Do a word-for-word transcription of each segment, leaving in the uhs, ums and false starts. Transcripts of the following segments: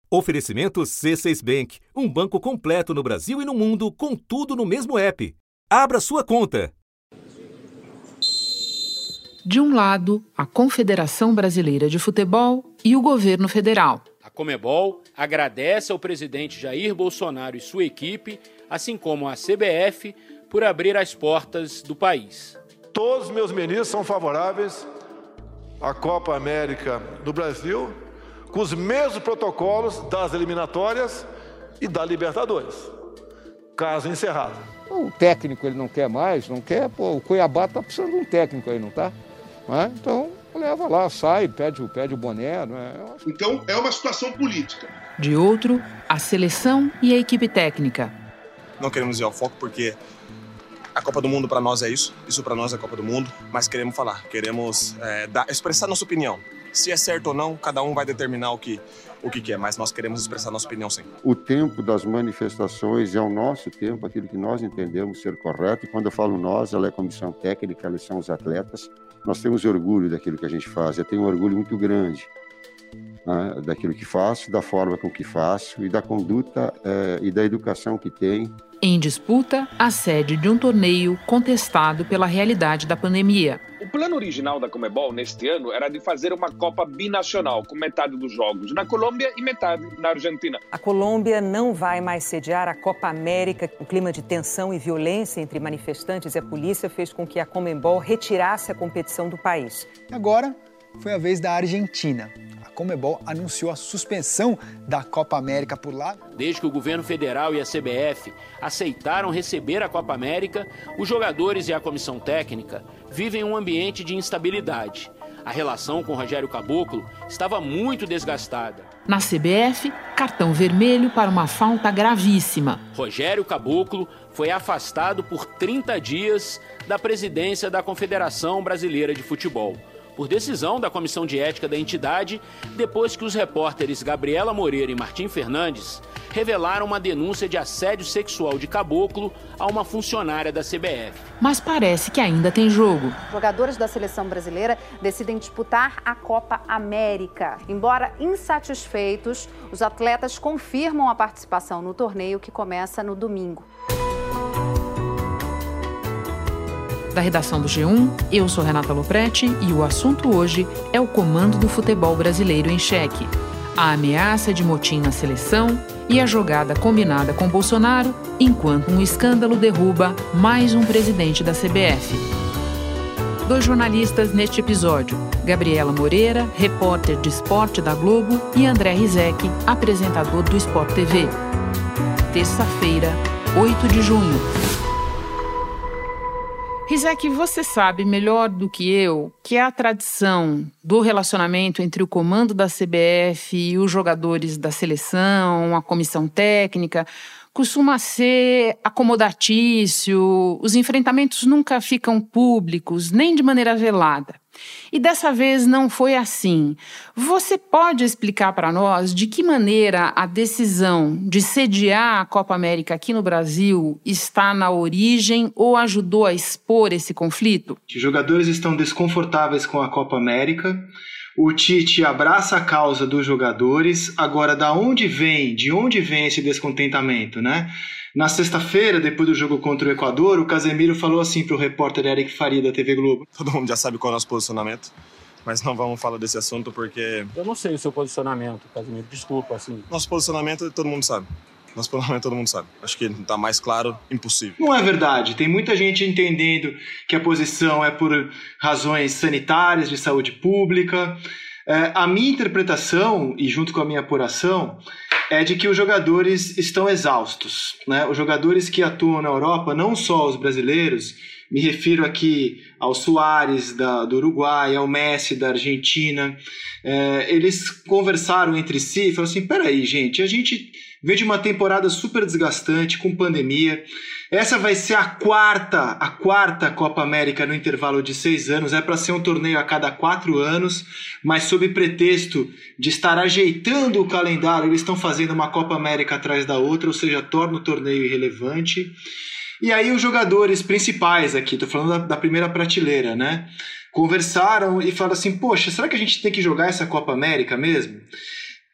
Oferecimento C seis Bank, um banco completo no Brasil e no mundo, com tudo no mesmo app. Abra sua conta. De um lado, a Confederação Brasileira de Futebol e o governo federal. A Conmebol agradece ao presidente Jair Bolsonaro e sua equipe, assim como a C B F, por abrir as portas do país. Todos os meus ministros são favoráveis à Copa América no Brasil, com os mesmos protocolos das eliminatórias e da Libertadores, caso encerrado. O técnico ele não quer mais, não quer, pô, o Cuiabá está precisando de um técnico aí, não está? É? Então, leva lá, sai, pede, pede o boné. Não é? Então, é uma situação política. De outro, a seleção e a equipe técnica. Não queremos ir ao foco porque a Copa do Mundo para nós é isso, isso para nós é a Copa do Mundo, mas queremos falar, queremos é, dar, expressar nossa opinião. Se é certo ou não, cada um vai determinar o que, o que, que é, mas nós queremos expressar nossa opinião sim. O tempo das manifestações é o nosso tempo, aquilo que nós entendemos ser correto. E quando eu falo nós, ela é a comissão técnica, eles são os atletas. Nós temos orgulho daquilo que a gente faz, eu tenho um orgulho muito grande, né, daquilo que faço, da forma com que faço e da conduta é, e da educação que tem. Em disputa, a sede de um torneio contestado pela realidade da pandemia. O plano original da Conmebol neste ano era de fazer uma Copa binacional, com metade dos jogos na Colômbia e metade na Argentina. A Colômbia não vai mais sediar a Copa América. O clima de tensão e violência entre manifestantes e a polícia fez com que a Conmebol retirasse a competição do país. Agora foi a vez da Argentina. A Conmebol anunciou a suspensão da Copa América por lá. Desde que o governo federal e a C B F aceitaram receber a Copa América, os jogadores e a comissão técnica vivem um ambiente de instabilidade. A relação com Rogério Caboclo estava muito desgastada. Na C B F, cartão vermelho para uma falta gravíssima. Rogério Caboclo foi afastado por trinta dias da presidência da Confederação Brasileira de Futebol, por decisão da Comissão de Ética da entidade, depois que os repórteres Gabriela Moreira e Martim Fernandes revelaram uma denúncia de assédio sexual de Caboclo a uma funcionária da C B F. Mas parece que ainda tem jogo. Jogadores da seleção brasileira decidem disputar a Copa América. Embora insatisfeitos, os atletas confirmam a participação no torneio que começa no domingo. Da redação do G um, eu sou Renata Lopretti e o assunto hoje é o comando do futebol brasileiro em xeque. A ameaça de motim na seleção e a jogada combinada com Bolsonaro, enquanto um escândalo derruba mais um presidente da C B F. Dois jornalistas neste episódio, Gabriela Moreira, repórter de esporte da Globo, e André Rizek, apresentador do Sport T V. Terça-feira, oito de junho. Rizek, você sabe melhor do que eu que a tradição do relacionamento entre o comando da C B F e os jogadores da seleção, a comissão técnica, costuma ser acomodatício, os enfrentamentos nunca ficam públicos, nem de maneira velada. E dessa vez não foi assim. Você pode explicar para nós de que maneira a decisão de sediar a Copa América aqui no Brasil está na origem ou ajudou a expor esse conflito? Os jogadores estão desconfortáveis com a Copa América. O Tite abraça a causa dos jogadores. Agora, da onde vem, de onde vem esse descontentamento, né? Na sexta-feira, depois do jogo contra o Equador, o Casemiro falou assim para o repórter Eric Faria da T V Globo. Todo mundo já sabe qual é o nosso posicionamento, mas não vamos falar desse assunto porque... Eu não sei o seu posicionamento, Casemiro, desculpa, assim. Nosso posicionamento todo mundo sabe. Nosso posicionamento todo mundo sabe. Acho que está mais claro, impossível. Não é verdade. Tem muita gente entendendo que a posição é por razões sanitárias, de saúde pública. É, a minha interpretação, e junto com a minha apuração, é de que os jogadores estão exaustos, né? Os jogadores que atuam na Europa, não só os brasileiros, me refiro aqui ao Suárez da, do Uruguai, ao Messi da Argentina, é, eles conversaram entre si e falaram assim, peraí gente, a gente veio de uma temporada super desgastante, com pandemia, essa vai ser a quarta, a quarta Copa América no intervalo de seis anos, é para ser um torneio a cada quatro anos, mas sob pretexto de estar ajeitando o calendário, eles estão fazendo uma Copa América atrás da outra, ou seja, torna o torneio irrelevante. E aí os jogadores principais aqui, estou falando da, da primeira prateleira, né, conversaram e falaram assim, poxa, será que a gente tem que jogar essa Copa América mesmo?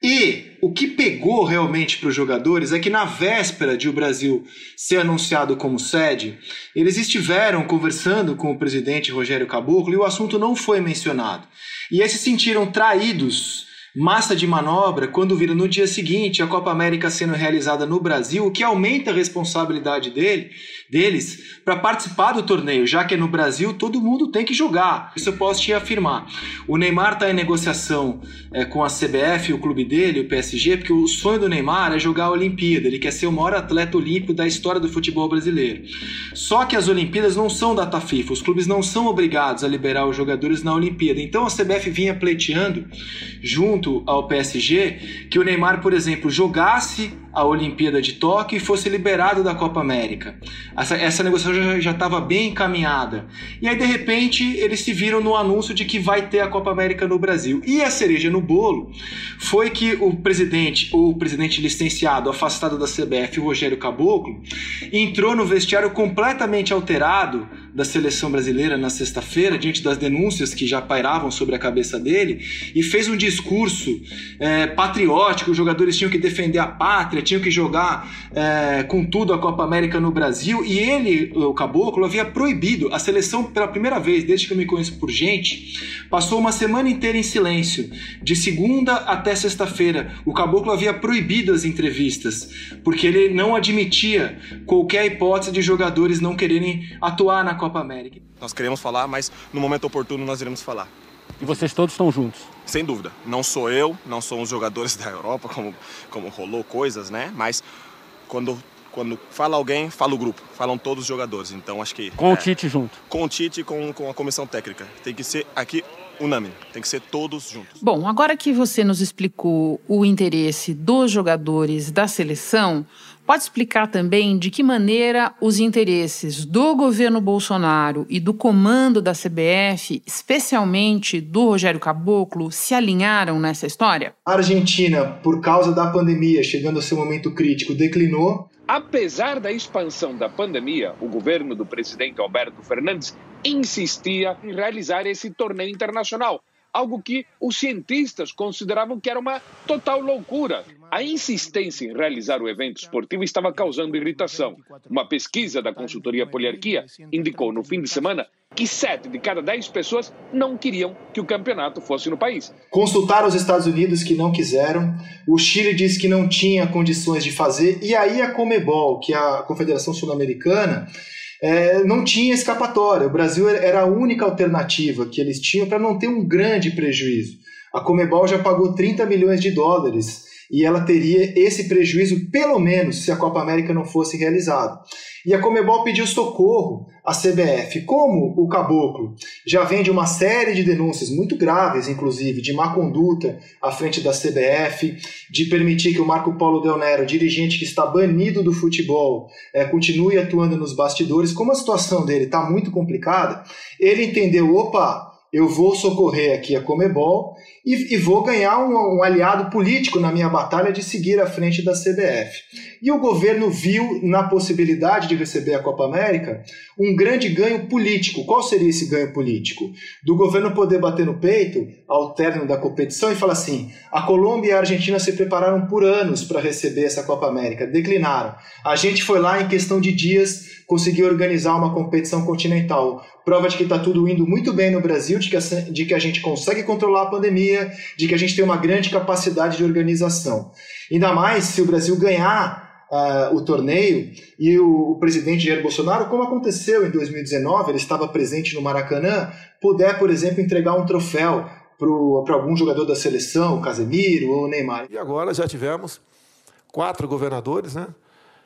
E o que pegou realmente para os jogadores é que na véspera de o Brasil ser anunciado como sede, eles estiveram conversando com o presidente Rogério Caboclo e o assunto não foi mencionado. E eles se sentiram traídos, massa de manobra, quando viram no dia seguinte a Copa América sendo realizada no Brasil, o que aumenta a responsabilidade dele, deles para participar do torneio, já que é no Brasil, todo mundo tem que jogar. Isso eu posso te afirmar. O Neymar está em negociação é, com a C B F, o clube dele, o P S G, porque o sonho do Neymar é jogar a Olimpíada. Ele quer ser o maior atleta olímpico da história do futebol brasileiro. Só que as Olimpíadas não são data FIFA, os clubes não são obrigados a liberar os jogadores na Olimpíada. Então a C B F vinha pleiteando, junto ao P S G, que o Neymar, por exemplo, jogasse a Olimpíada de Tóquio e fosse liberado da Copa América. Essa, essa negociação já estava bem encaminhada. E aí, de repente, eles se viram no anúncio de que vai ter a Copa América no Brasil. E a cereja no bolo foi que o presidente, ou o presidente licenciado, afastado da C B F, o Rogério Caboclo, entrou no vestiário completamente alterado da seleção brasileira na sexta-feira, diante das denúncias que já pairavam sobre a cabeça dele, e fez um discurso é, patriótico. Os jogadores tinham que defender a pátria, tinham que jogar é, com tudo a Copa América no Brasil, e ele, o Caboclo, havia proibido. A seleção, pela primeira vez, desde que eu me conheço por gente, passou uma semana inteira em silêncio, de segunda até sexta-feira. O Caboclo havia proibido as entrevistas, porque ele não admitia qualquer hipótese de jogadores não quererem atuar na Copa América. Nós queremos falar, mas no momento oportuno nós iremos falar. E vocês todos estão juntos? Sem dúvida. Não sou eu, não são os jogadores da Europa, como, como rolou coisas, né? Mas quando, quando fala alguém, fala o grupo. Falam todos os jogadores. Então acho que... Com é, o Tite junto? Com o Tite e com, com a comissão técnica. Tem que ser aqui unânime. Tem que ser todos juntos. Bom, agora que você nos explicou o interesse dos jogadores da seleção, pode explicar também de que maneira os interesses do governo Bolsonaro e do comando da C B F, especialmente do Rogério Caboclo, se alinharam nessa história? A Argentina, por causa da pandemia, chegando ao seu momento crítico, declinou. Apesar da expansão da pandemia, o governo do presidente Alberto Fernandes insistia em realizar esse torneio internacional, algo que os cientistas consideravam que era uma total loucura. A insistência em realizar o evento esportivo estava causando irritação. Uma pesquisa da consultoria Poliarquia indicou no fim de semana que sete de cada dez pessoas não queriam que o campeonato fosse no país. Consultaram os Estados Unidos, que não quiseram. O Chile disse que não tinha condições de fazer. E aí a Conmebol, que é a Confederação Sul-Americana, É, não tinha escapatória. O Brasil era a única alternativa que eles tinham para não ter um grande prejuízo. A Conmebol já pagou trinta milhões de dólares e ela teria esse prejuízo pelo menos se a Copa América não fosse realizada. E a Conmebol pediu socorro à C B F. Como o Caboclo já vem de uma série de denúncias muito graves, inclusive, de má conduta à frente da C B F, de permitir que o Marco Polo Del Nero, dirigente que está banido do futebol, é, continue atuando nos bastidores, como a situação dele está muito complicada, ele entendeu, opa, eu vou socorrer aqui a Conmebol e, e vou ganhar um, um aliado político na minha batalha de seguir à frente da C B F. E o governo viu na possibilidade de receber a Copa América um grande ganho político. Qual seria esse ganho político? Do governo poder bater no peito ao término da competição e falar assim, a Colômbia e a Argentina se prepararam por anos para receber essa Copa América, declinaram. A gente foi lá em questão de dias, conseguiu organizar uma competição continental. Prova de que está tudo indo muito bem no Brasil, de que, a, de que a gente consegue controlar a pandemia, de que a gente tem uma grande capacidade de organização. Ainda mais se o Brasil ganhar uh, o torneio e o, o presidente Jair Bolsonaro, como aconteceu em dois mil e dezenove, ele estava presente no Maracanã, puder, por exemplo, entregar um troféu para algum jogador da seleção, o Casemiro ou o Neymar. E agora já tivemos quatro governadores, né,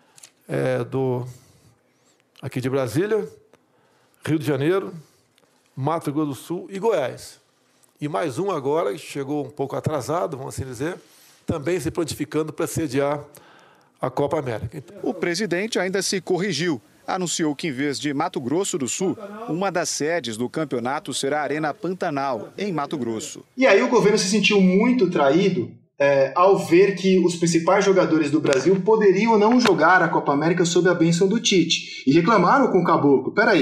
é, do, aqui de Brasília, Rio de Janeiro, Mato Grosso do Sul e Goiás. E mais um agora, que chegou um pouco atrasado, vamos assim dizer, também se prontificando para sediar a Copa América. O presidente ainda se corrigiu. Anunciou que, em vez de Mato Grosso do Sul, uma das sedes do campeonato será a Arena Pantanal, em Mato Grosso. E aí o governo se sentiu muito traído é, ao ver que os principais jogadores do Brasil poderiam não jogar a Copa América sob a bênção do Tite. E reclamaram com o Caboclo. Peraí,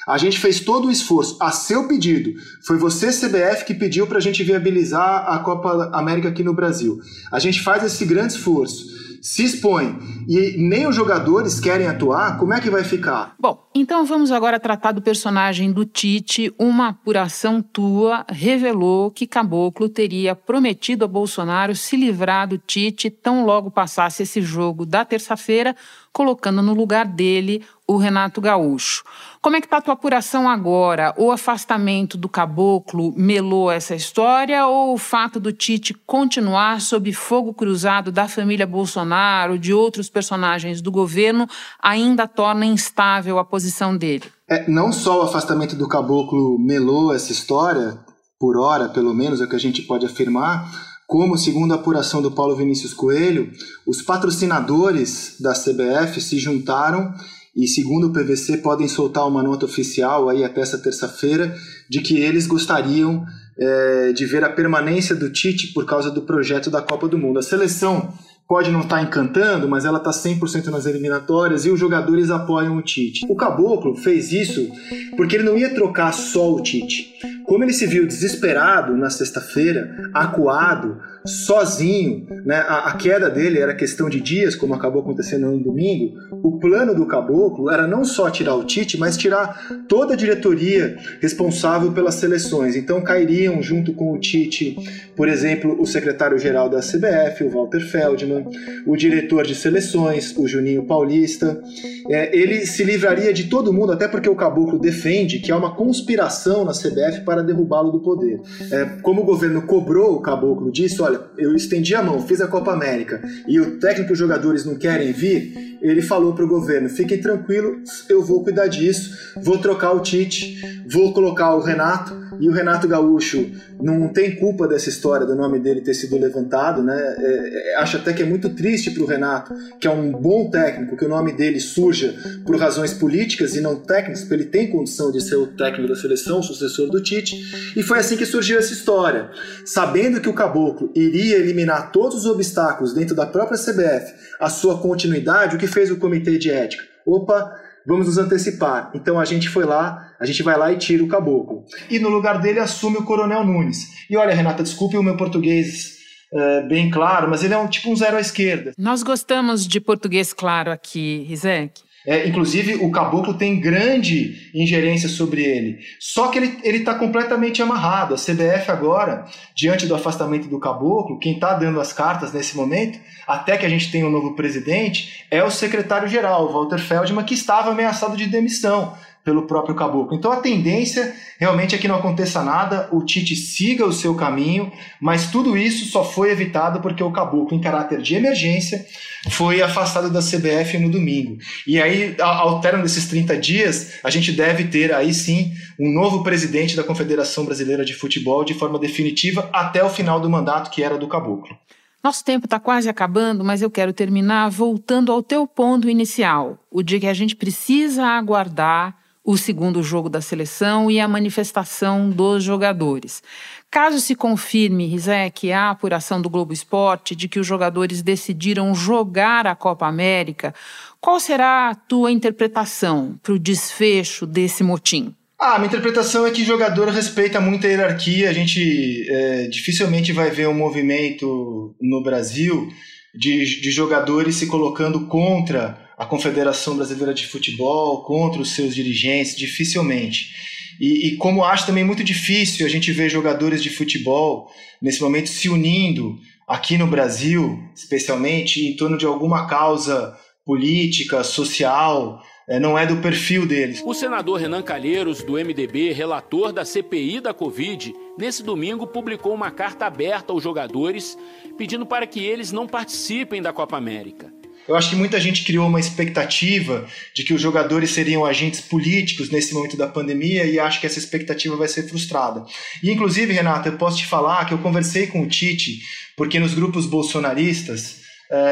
A gente fez todo o esforço, a seu pedido. Foi você, C B F, que pediu para a gente viabilizar a Copa América aqui no Brasil. A gente faz esse grande esforço, se expõe, e nem os jogadores querem atuar, como é que vai ficar? Bom, então vamos agora tratar do personagem do Tite. Uma apuração tua revelou que Caboclo teria prometido a Bolsonaro se livrar do Tite tão logo passasse esse jogo da terça-feira, colocando no lugar dele o Renato Gaúcho. Como é que está a tua apuração agora? O afastamento do Caboclo melou essa história ou o fato do Tite continuar sob fogo cruzado da família Bolsonaro, de outros personagens do governo, ainda torna instável a posição dele? É, não só o afastamento do Caboclo melou essa história, por hora pelo menos é o que a gente pode afirmar, como, segundo a apuração do Paulo Vinícius Coelho, os patrocinadores da C B F se juntaram e, segundo o P V C, podem soltar uma nota oficial aí até essa terça-feira de que eles gostariam é, de ver a permanência do Tite por causa do projeto da Copa do Mundo. A seleção pode não estar encantando, mas ela está cem por cento nas eliminatórias e os jogadores apoiam o Tite. O Caboclo fez isso porque ele não ia trocar só o Tite. Como ele se viu desesperado na sexta-feira, acuado, sozinho, né? a, a queda dele era questão de dias, como acabou acontecendo no domingo, o plano do Caboclo era não só tirar o Tite, mas tirar toda a diretoria responsável pelas seleções. Então cairiam junto com o Tite, por exemplo, o secretário-geral da C B F, o Walter Feldman, o diretor de seleções, o Juninho Paulista. É, ele se livraria de todo mundo, até porque o Caboclo defende que há uma conspiração na C B F para derrubá-lo do poder. É, como o governo cobrou o Caboclo disso, olha, eu estendi a mão, fiz a Copa América e o técnico e os jogadores não querem vir, ele falou para o governo, fiquem tranquilos, eu vou cuidar disso, vou trocar o Tite, vou colocar o Renato, e o Renato Gaúcho não tem culpa dessa história do nome dele ter sido levantado, né? É, é, acho até que é muito triste para o Renato, que é um bom técnico, que o nome dele surja por razões políticas e não técnicas, porque ele tem condição de ser o técnico da seleção, o sucessor do Tite, e foi assim que surgiu essa história. Sabendo que o Caboclo iria eliminar todos os obstáculos dentro da própria C B F, a sua continuidade, o que fez o Comitê de Ética? Opa, vamos nos antecipar. Então a gente foi lá, a gente vai lá e tira o Caboclo. E no lugar dele assume o Coronel Nunes. E olha, Renata, desculpe o meu português é, bem claro, mas ele é um tipo um zero à esquerda. Nós gostamos de português claro aqui, Rizek. É, inclusive, o Caboclo tem grande ingerência sobre ele. Só que ele ele está completamente amarrado. A C B F agora, diante do afastamento do Caboclo, quem está dando as cartas nesse momento, até que a gente tenha um novo presidente, é o secretário-geral, o Walter Feldman, que estava ameaçado de demissão pelo próprio Caboclo. Então a tendência realmente é que não aconteça nada, o Tite siga o seu caminho, mas tudo isso só foi evitado porque o Caboclo, em caráter de emergência, foi afastado da C B F no domingo. E aí, ao término desses trinta dias, a gente deve ter aí sim um novo presidente da Confederação Brasileira de Futebol de forma definitiva até o final do mandato que era do Caboclo. Nosso tempo está quase acabando, mas eu quero terminar voltando ao teu ponto inicial, o de que a gente precisa aguardar o segundo jogo da seleção e a manifestação dos jogadores. Caso se confirme, Rizek, a apuração do Globo Esporte de que os jogadores decidiram jogar a Copa América, qual será a tua interpretação para o desfecho desse motim? Ah, a minha interpretação é que o jogador respeita muito a hierarquia. A gente é, dificilmente vai ver um movimento no Brasil de, de jogadores se colocando contra a Confederação Brasileira de Futebol, contra os seus dirigentes, dificilmente. E, e como acho também muito difícil a gente ver jogadores de futebol, nesse momento, se unindo aqui no Brasil, especialmente, em torno de alguma causa política, social, é, não é do perfil deles. O senador Renan Calheiros, do M D B, relator da C P I da Covid, nesse domingo publicou uma carta aberta aos jogadores, pedindo para que eles não participem da Copa América. Eu acho que muita gente criou uma expectativa de que os jogadores seriam agentes políticos nesse momento da pandemia e acho que essa expectativa vai ser frustrada. E, inclusive, Renata, eu posso te falar que eu conversei com o Tite, porque nos grupos bolsonaristas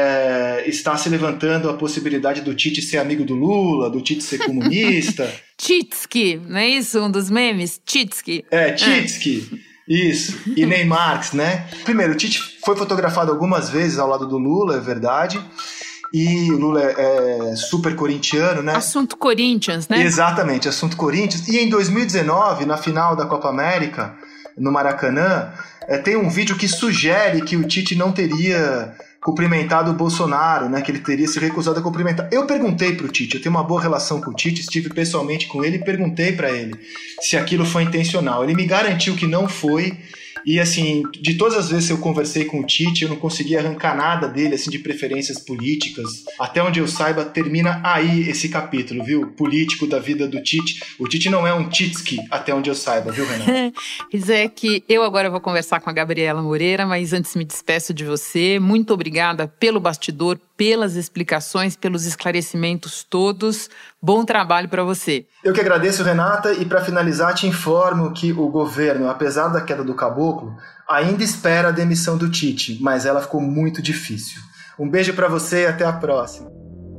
é, está se levantando a possibilidade do Tite ser amigo do Lula, do Tite ser comunista. Titski, não é isso? Um dos memes? Titski. É, Titski. É. Isso, e Neymar, né? Primeiro, o Tite foi fotografado algumas vezes ao lado do Lula, é verdade. e o Lula é, é super corintiano, né? Assunto Corinthians, né? Exatamente, assunto Corinthians. E em dois mil e dezenove, na final da Copa América, no Maracanã, é, tem um vídeo que sugere que o Tite não teria cumprimentado o Bolsonaro, né, que ele teria se recusado a cumprimentar. Eu perguntei para o Tite, eu tenho uma boa relação com o Tite, estive pessoalmente com ele e perguntei para ele se aquilo foi intencional. Ele me garantiu que não foi. E assim, de todas as vezes que eu conversei com o Tite, eu não consegui arrancar nada dele, assim, de preferências políticas. Até onde eu saiba, termina aí esse capítulo, viu? Político da vida do Tite. O Tite não é um Titski, até onde eu saiba, viu, Renata? Isso é que eu agora vou conversar com a Gabriela Moreira, mas antes me despeço de você. Muito obrigada pelo bastidor, pelas explicações, pelos esclarecimentos todos. Bom trabalho para você. Eu que agradeço, Renata, e para finalizar te informo que o governo, apesar da queda do Caboclo, ainda espera a demissão do Tite, mas ela ficou muito difícil. Um beijo para você e até a próxima.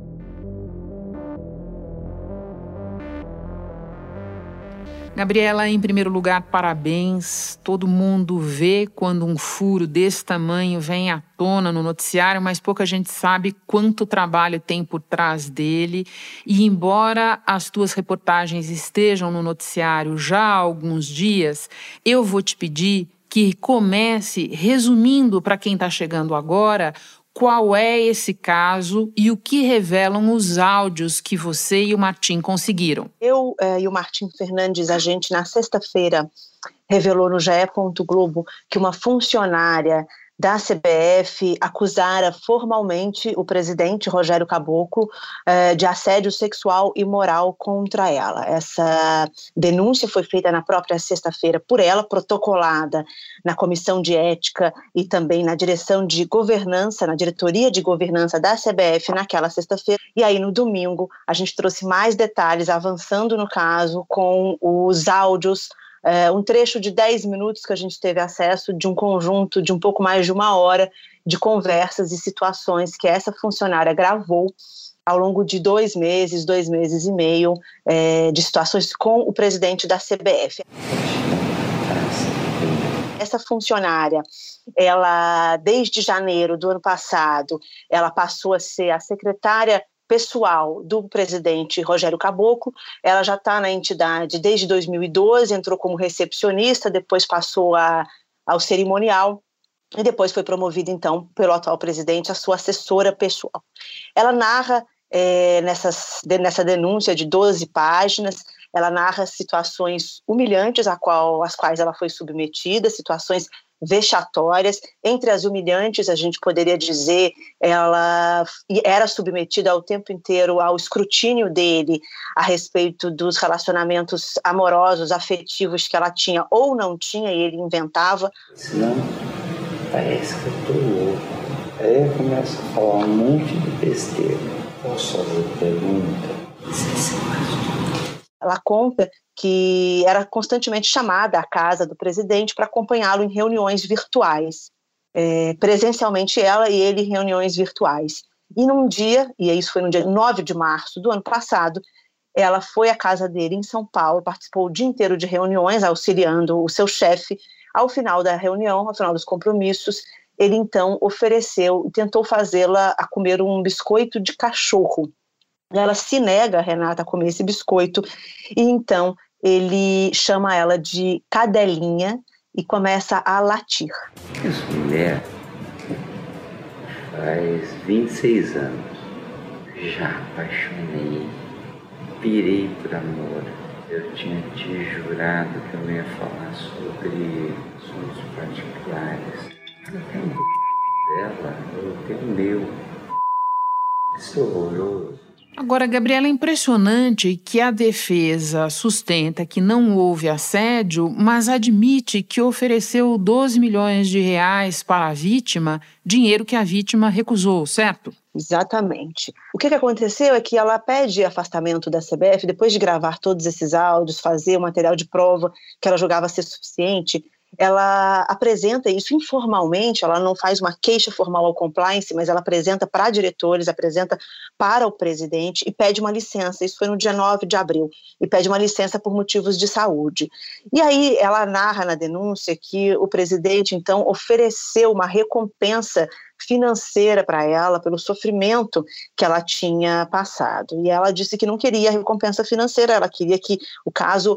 Gabriela, em primeiro lugar, parabéns. Todo mundo vê quando um furo desse tamanho vem à tona no noticiário, mas pouca gente sabe quanto trabalho tem por trás dele. E embora as tuas reportagens estejam no noticiário já há alguns dias, eu vou te pedir que comece resumindo para quem está chegando agora qual é esse caso e o que revelam os áudios que você e o Martim conseguiram. Eu eh, e o Martim Fernandes, a gente na sexta-feira revelou no G E. Globo que uma funcionária da C B F acusara formalmente o presidente Rogério Caboclo eh, de assédio sexual e moral contra ela. Essa denúncia foi feita na própria sexta-feira por ela, protocolada na Comissão de Ética e também na Direção de Governança, na Diretoria de Governança da C B F naquela sexta-feira. E aí no domingo a gente trouxe mais detalhes avançando no caso com os áudios. É, um trecho de dez minutos que a gente teve acesso de um conjunto de um pouco mais de uma hora de conversas e situações que essa funcionária gravou ao longo de dois meses, dois meses e meio, é, de situações com o presidente da C B F. Essa funcionária, ela, desde janeiro do ano passado, ela passou a ser a secretária pessoal do presidente Rogério Caboclo. Ela já está na entidade desde dois mil e doze, entrou como recepcionista, depois passou a, ao cerimonial e depois foi promovida, então, pelo atual presidente, a sua assessora pessoal. Ela narra, é, nessas, nessa denúncia de doze páginas, ela narra situações humilhantes a qual, às quais ela foi submetida, situações vexatórias. Entre as humilhantes, a gente poderia dizer, ela era submetida ao tempo inteiro ao escrutínio dele a respeito dos relacionamentos amorosos, afetivos que ela tinha ou não tinha, e ele inventava. Senão, parece que eu tô louco. Aí eu começo a falar um monte de besteira. Posso fazer pergunta? Ela conta que era constantemente chamada à casa do presidente para acompanhá-lo em reuniões virtuais, é, presencialmente ela e ele em reuniões virtuais. E num dia, e isso foi no dia nove de março do ano passado, ela foi à casa dele em São Paulo, participou o dia inteiro de reuniões, auxiliando o seu chefe. Ao final da reunião, ao final dos compromissos, ele então ofereceu e tentou fazê-la a comer um biscoito de cachorro. Ela se nega, Renata, a comer esse biscoito, e então ele chama ela de cadelinha e começa a latir. Essa mulher faz vinte e seis anos, já apaixonei, pirei por amor. Eu tinha te jurado que eu não ia falar sobre assuntos particulares. Eu tenho um dela, eu tenho o meu. Isso é horroroso. Agora, Gabriela, é impressionante que a defesa sustenta que não houve assédio, mas admite que ofereceu doze milhões de reais para a vítima, dinheiro que a vítima recusou, certo? Exatamente. O que, que aconteceu é que ela pede afastamento da C B F, depois de gravar todos esses áudios, fazer o material de prova que ela julgava ser suficiente. ela apresenta isso informalmente, ela não faz uma queixa formal ao compliance, mas ela apresenta para diretores, apresenta para o presidente e pede uma licença, isso foi no dia nove de abril, e pede uma licença por motivos de saúde. E aí ela narra na denúncia que o presidente, então, ofereceu uma recompensa financeira para ela pelo sofrimento que ela tinha passado. E ela disse que não queria recompensa financeira, ela queria que o caso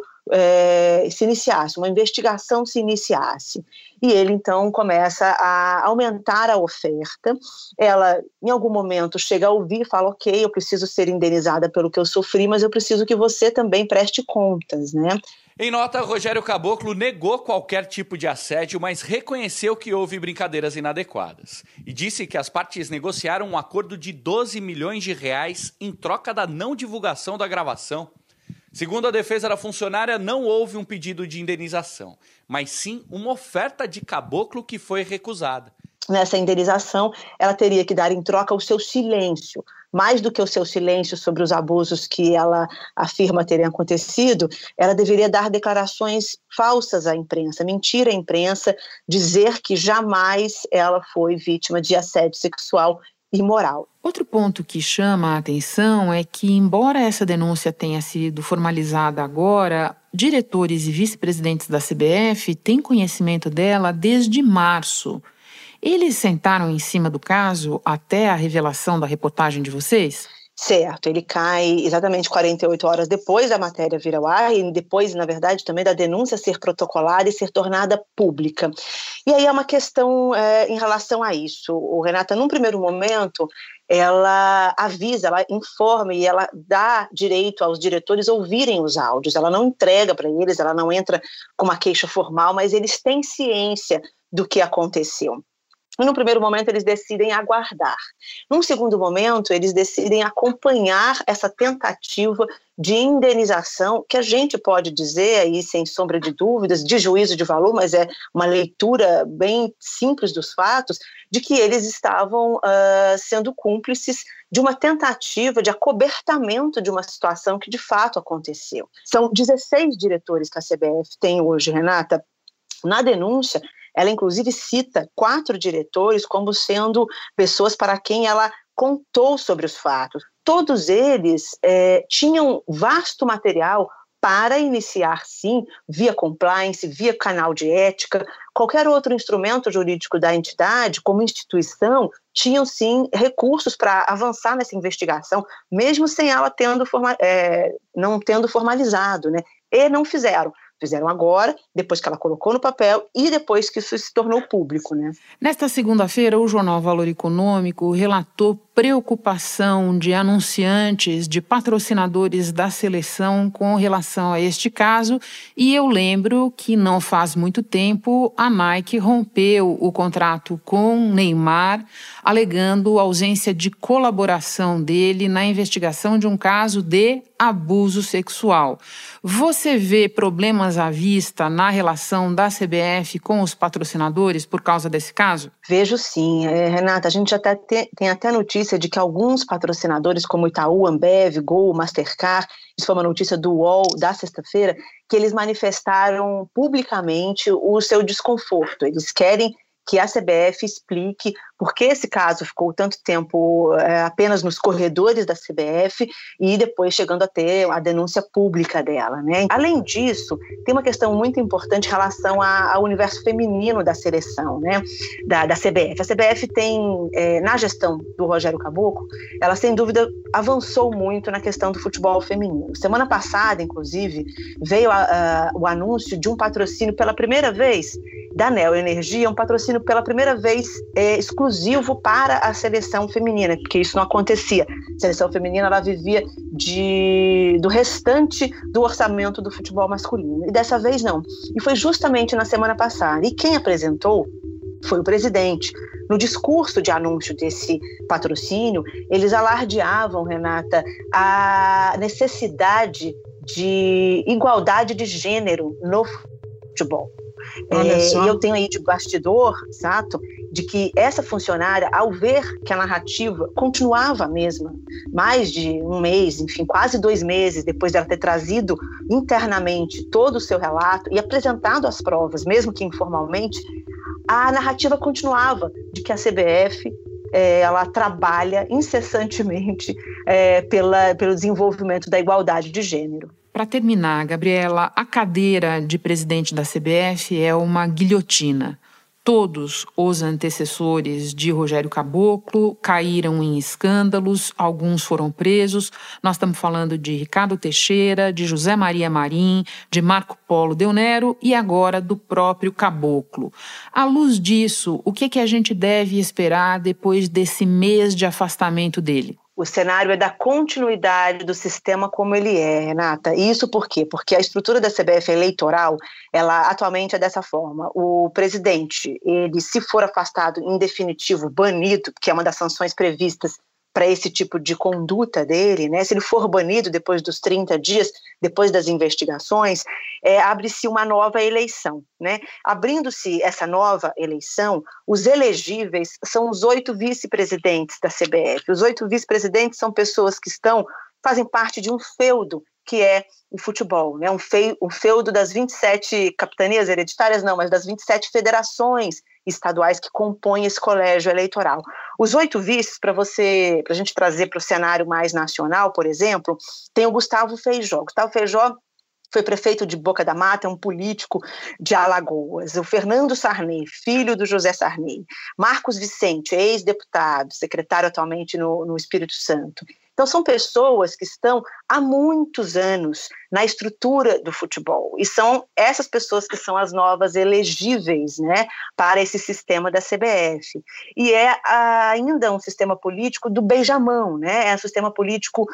é, se iniciasse, uma investigação se iniciasse. E ele, então, começa a aumentar a oferta. Ela, em algum momento, chega a ouvir e fala, ok, eu preciso ser indenizada pelo que eu sofri, mas eu preciso que você também preste contas, né? Em nota, Rogério Caboclo negou qualquer tipo de assédio, mas reconheceu que houve brincadeiras inadequadas. E disse que as partes negociaram um acordo de doze milhões de reais em troca da não divulgação da gravação. Segundo a defesa da funcionária, não houve um pedido de indenização, mas sim uma oferta de Caboclo que foi recusada. Nessa indenização, ela teria que dar em troca o seu silêncio. Mais do que o seu silêncio sobre os abusos que ela afirma terem acontecido, ela deveria dar declarações falsas à imprensa, mentir à imprensa, dizer que jamais ela foi vítima de assédio sexual imoral. Outro ponto que chama a atenção é que, embora essa denúncia tenha sido formalizada agora, diretores e vice-presidentes da C B F têm conhecimento dela desde março. Eles sentaram em cima do caso até a revelação da reportagem de vocês? Certo, ele cai exatamente quarenta e oito horas depois da matéria vir ao ar e depois, na verdade, também da denúncia ser protocolada e ser tornada pública. E aí é uma questão é, em relação a isso. O Renata, num primeiro momento, ela avisa, ela informa e ela dá direito aos diretores ouvirem os áudios. Ela não entrega para eles, ela não entra com uma queixa formal, mas eles têm ciência do que aconteceu. E no primeiro momento eles decidem aguardar. Num segundo momento eles decidem acompanhar essa tentativa de indenização, que a gente pode dizer aí, sem sombra de dúvidas, de juízo de valor, mas é uma leitura bem simples dos fatos, de que eles estavam uh, sendo cúmplices de uma tentativa de acobertamento de uma situação que de fato aconteceu. São dezesseis diretores que a C B F tem hoje, Renata. Na denúncia, ela inclusive cita quatro diretores como sendo pessoas para quem ela contou sobre os fatos. Todos eles é, tinham vasto material para iniciar, sim, via compliance, via canal de ética, qualquer outro instrumento jurídico da entidade, como instituição, tinham, sim, recursos para avançar nessa investigação, mesmo sem ela tendo forma, é, não tendo formalizado, né? E não fizeram. Fizeram agora, depois que ela colocou no papel e depois que isso se tornou público, né? Nesta segunda-feira, o jornal Valor Econômico relatou preocupação de anunciantes, de patrocinadores da seleção com relação a este caso. E eu lembro que não faz muito tempo a Nike rompeu o contrato com Neymar, alegando ausência de colaboração dele na investigação de um caso de abuso sexual. Você vê problemas à vista na relação da C B F com os patrocinadores por causa desse caso? Vejo sim. É, Renata, a gente até te, tem até notícia de que alguns patrocinadores como Itaú, Ambev, Gol, Mastercard, isso foi uma notícia do U O L da sexta-feira, que eles manifestaram publicamente o seu desconforto. Eles querem que a C B F explique por que esse caso ficou tanto tempo é, apenas nos corredores da C B F e depois chegando a ter a denúncia pública dela, né? Além disso, tem uma questão muito importante em relação a, ao universo feminino da seleção, né? Da, da C B F. A C B F tem, é, na gestão do Rogério Caboclo, ela sem dúvida avançou muito na questão do futebol feminino. Semana passada, inclusive, veio a, a, o anúncio de um patrocínio pela primeira vez da Neo Energia, um patrocínio pela primeira vez é, exclusivo para a seleção feminina, porque isso não acontecia. A seleção feminina ela vivia de, do restante do orçamento do futebol masculino, e dessa vez não. E foi justamente na semana passada. E quem apresentou foi o presidente. No discurso de anúncio desse patrocínio, eles alardeavam, Renata, a necessidade de igualdade de gênero no futebol. É, e eu tenho aí de bastidor, exato, de que essa funcionária, ao ver que a narrativa continuava a mesma, mais de um mês, enfim, quase dois meses depois dela ter trazido internamente todo o seu relato e apresentado as provas, mesmo que informalmente, a narrativa continuava de que a C B F é, ela trabalha incessantemente é, pela, pelo desenvolvimento da igualdade de gênero. Para terminar, Gabriela, a cadeira de presidente da C B F é uma guilhotina. Todos os antecessores de Rogério Caboclo caíram em escândalos, alguns foram presos. Nós estamos falando de Ricardo Teixeira, de José Maria Marim, de Marco Polo Deonero e agora do próprio Caboclo. À luz disso, o que, que a gente deve esperar depois desse mês de afastamento dele? O cenário é da continuidade do sistema como ele é, Renata. Isso por quê? Porque a estrutura da C B F eleitoral, ela atualmente é dessa forma. O presidente, ele se for afastado em definitivo, banido, que é uma das sanções previstas para esse tipo de conduta dele, né? Se ele for banido depois dos trinta dias, depois das investigações, é, abre-se uma nova eleição, né? Abrindo-se essa nova eleição, os elegíveis são os oito vice-presidentes da C B F. Os oito vice-presidentes são pessoas que estão, fazem parte de um feudo que é o futebol, né? Um, fei, um feudo das vinte e sete capitanias hereditárias, não, mas das vinte e sete federações estaduais que compõem esse colégio eleitoral. Os oito vices, para você, para a gente trazer para o cenário mais nacional, por exemplo, tem o Gustavo Feijó. Gustavo Feijó foi prefeito de Boca da Mata, é um político de Alagoas. O Fernando Sarney, filho do José Sarney. Marcos Vicente, ex-deputado, secretário atualmente no, no Espírito Santo. Então, são pessoas que estão há muitos anos na estrutura do futebol. E são essas pessoas que são as novas elegíveis, né, para esse sistema da C B F. E é ainda um sistema político do beijamão, né? É um sistema político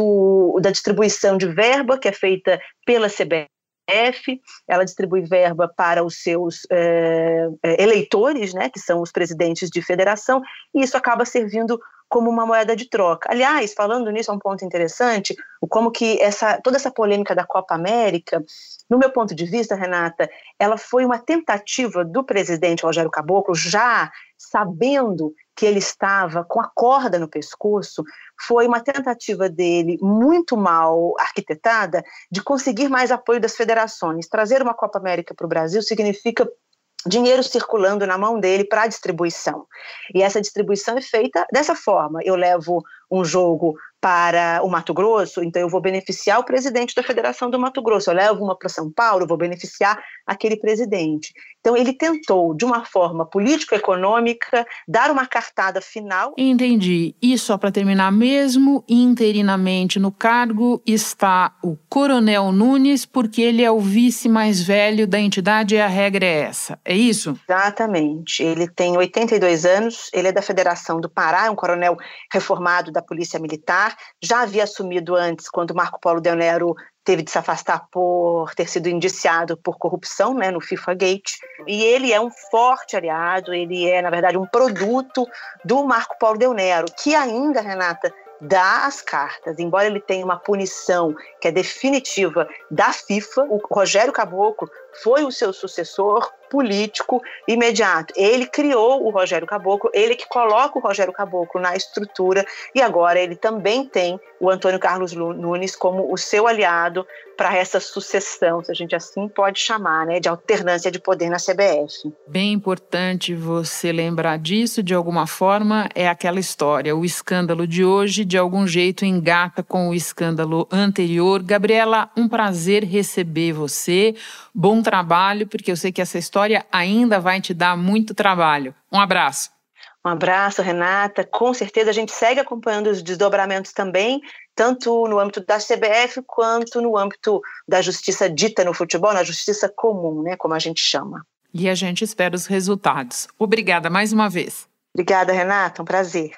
do, da distribuição de verba, que é feita pela C B F. Ela distribui verba para os seus é, eleitores, né, que são os presidentes de federação, e isso acaba servindo como uma moeda de troca. Aliás, falando nisso, é um ponto interessante, como que essa, toda essa polêmica da Copa América, no meu ponto de vista, Renata, ela foi uma tentativa do presidente Rogério Caboclo, já sabendo que ele estava com a corda no pescoço, foi uma tentativa dele muito mal arquitetada de conseguir mais apoio das federações. Trazer uma Copa América para o Brasil significa dinheiro circulando na mão dele para a distribuição. E essa distribuição é feita dessa forma. Eu levo um jogo para o Mato Grosso, então eu vou beneficiar o presidente da Federação do Mato Grosso. Eu levo uma para São Paulo, eu vou beneficiar aquele presidente. Então ele tentou, de uma forma político-econômica, dar uma cartada final. Entendi. E só para terminar mesmo, interinamente no cargo está o Coronel Nunes, porque ele é o vice mais velho da entidade e a regra é essa. É isso? Exatamente. Ele tem oitenta e dois anos, ele é da Federação do Pará, é um coronel reformado da Polícia Militar, já havia assumido antes, quando Marco Polo Deonero teve de se afastar por ter sido indiciado por corrupção, né, no FIFA Gate, e ele é um forte aliado, ele é, na verdade, um produto do Marco Polo Deonero, que ainda, Renata, dá as cartas, embora ele tenha uma punição que é definitiva da FIFA, o Rogério Caboclo foi o seu sucessor político imediato. Ele criou o Rogério Caboclo, ele que coloca o Rogério Caboclo na estrutura, e agora ele também tem o Antônio Carlos Nunes como o seu aliado para essa sucessão, se a gente assim pode chamar, né, de alternância de poder na C B F. Bem importante você lembrar disso, de alguma forma, é aquela história, o escândalo de hoje, de algum jeito, engata com o escândalo anterior. Gabriela, um prazer receber você, bom trabalho, porque eu sei que essa história ainda vai te dar muito trabalho. Um abraço. Um abraço, Renata. Com certeza a gente segue acompanhando os desdobramentos também, tanto no âmbito da C B F quanto no âmbito da justiça dita no futebol, na justiça comum, né, como a gente chama. E a gente espera os resultados. Obrigada mais uma vez. Obrigada, Renata. Um prazer.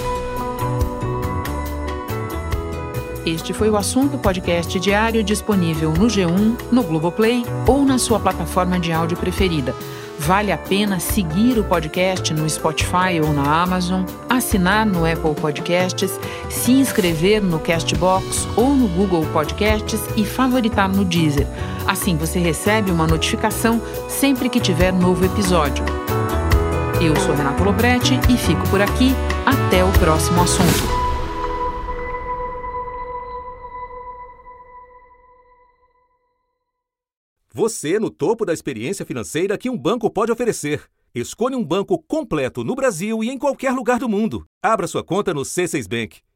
Este foi o Assunto Podcast Diário, disponível no G um, no Globoplay ou na sua plataforma de áudio preferida. Vale a pena seguir o podcast no Spotify ou na Amazon, assinar no Apple Podcasts, se inscrever no Castbox ou no Google Podcasts e favoritar no Deezer. Assim você recebe uma notificação sempre que tiver novo episódio. Eu sou Renata Lopretti e fico por aqui. Até o próximo assunto. Você no topo da experiência financeira que um banco pode oferecer. Escolha um banco completo no Brasil e em qualquer lugar do mundo. Abra sua conta no C seis Bank.